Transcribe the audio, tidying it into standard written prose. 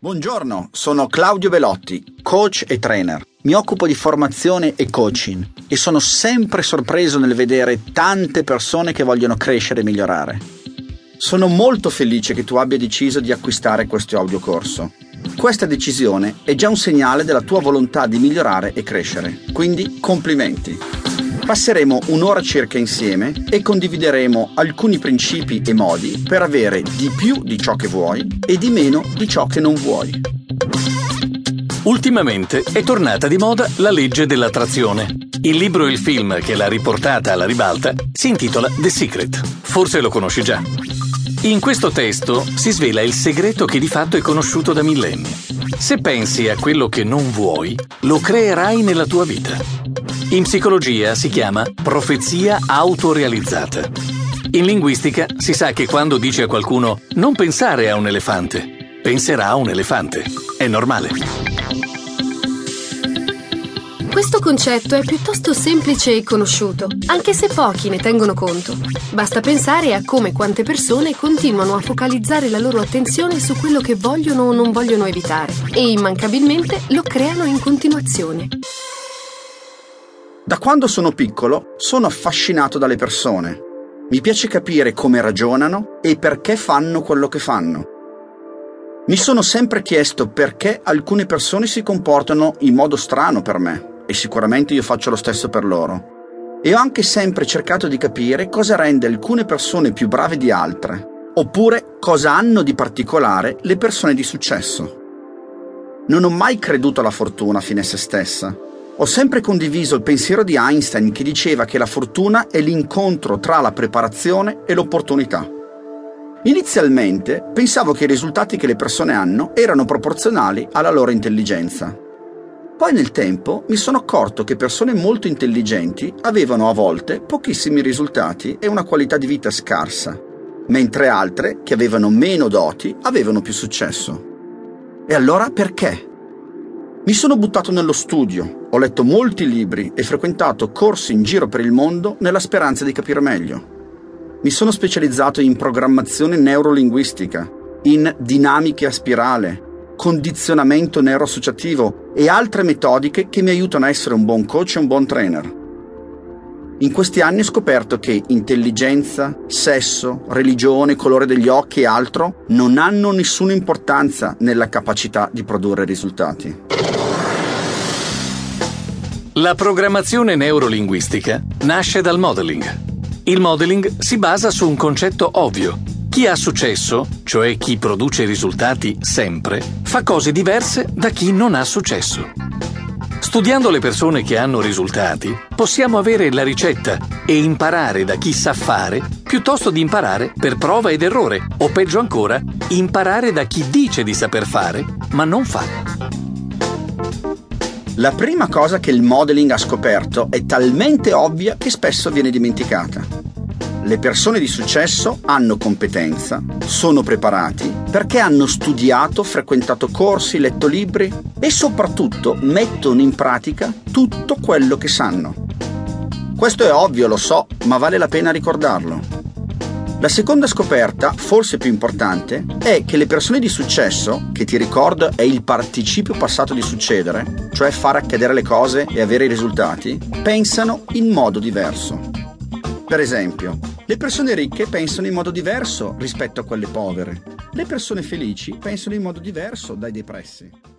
Buongiorno, sono Claudio Belotti, coach e trainer. Mi occupo di formazione e coaching e sono sempre sorpreso nel vedere tante persone che vogliono crescere e migliorare. Sono molto felice che tu abbia deciso di acquistare questo audiocorso. Questa decisione è già un segnale della tua volontà di migliorare e crescere, quindi complimenti. Passeremo un'ora circa insieme e condivideremo alcuni principi e modi per avere di più di ciò che vuoi e di meno di ciò che non vuoi. Ultimamente è tornata di moda la legge dell'attrazione. Il libro e il film che l'ha riportata alla ribalta si intitola The Secret. Forse lo conosci già. In questo testo si svela il segreto che di fatto è conosciuto da millenni. Se pensi a quello che non vuoi, lo creerai nella tua vita. In psicologia si chiama profezia autorealizzata. In linguistica si sa che quando dici a qualcuno non pensare a un elefante, penserà a un elefante. È normale. Questo concetto è piuttosto semplice e conosciuto, anche se pochi ne tengono conto. Basta pensare a come quante persone continuano a focalizzare la loro attenzione su quello che vogliono o non vogliono evitare e immancabilmente lo creano in continuazione. Da quando sono piccolo sono affascinato dalle persone. Mi piace capire come ragionano e perché fanno quello che fanno. Mi sono sempre chiesto perché alcune persone si comportano in modo strano per me. E sicuramente io faccio lo stesso per loro. E ho anche sempre cercato di capire cosa rende alcune persone più brave di altre, oppure cosa hanno di particolare le persone di successo. Non ho mai creduto alla fortuna fine a se stessa. Ho sempre condiviso il pensiero di Einstein che diceva che la fortuna è l'incontro tra la preparazione e l'opportunità. Inizialmente pensavo che i risultati che le persone hanno erano proporzionali alla loro intelligenza. Poi nel tempo mi sono accorto che persone molto intelligenti avevano a volte pochissimi risultati e una qualità di vita scarsa, mentre altre, che avevano meno doti, avevano più successo. E allora perché? Mi sono buttato nello studio, ho letto molti libri e frequentato corsi in giro per il mondo nella speranza di capire meglio. Mi sono specializzato in programmazione neurolinguistica, in dinamiche a spirale, condizionamento neuroassociativo e altre metodiche che mi aiutano a essere un buon coach e un buon trainer. In questi anni ho scoperto che intelligenza, sesso, religione, colore degli occhi e altro non hanno nessuna importanza nella capacità di produrre risultati. La programmazione neurolinguistica nasce dal modeling. Il modeling si basa su un concetto ovvio. Chi ha successo, cioè chi produce risultati sempre, fa cose diverse da chi non ha successo. Studiando le persone che hanno risultati, possiamo avere la ricetta e imparare da chi sa fare, piuttosto di imparare per prova ed errore, o peggio ancora, imparare da chi dice di saper fare, ma non fa. La prima cosa che il modeling ha scoperto è talmente ovvia che spesso viene dimenticata. Le persone di successo hanno competenza, sono preparati perché hanno studiato, frequentato corsi, letto libri e soprattutto mettono in pratica tutto quello che sanno. Questo è ovvio, lo so, ma vale la pena ricordarlo. La seconda scoperta, forse più importante, è che le persone di successo, che ti ricordo è il participio passato di succedere, cioè fare accadere le cose e avere i risultati, pensano in modo diverso. Per esempio, le persone ricche pensano in modo diverso rispetto a quelle povere. Le persone felici pensano in modo diverso dai depressi.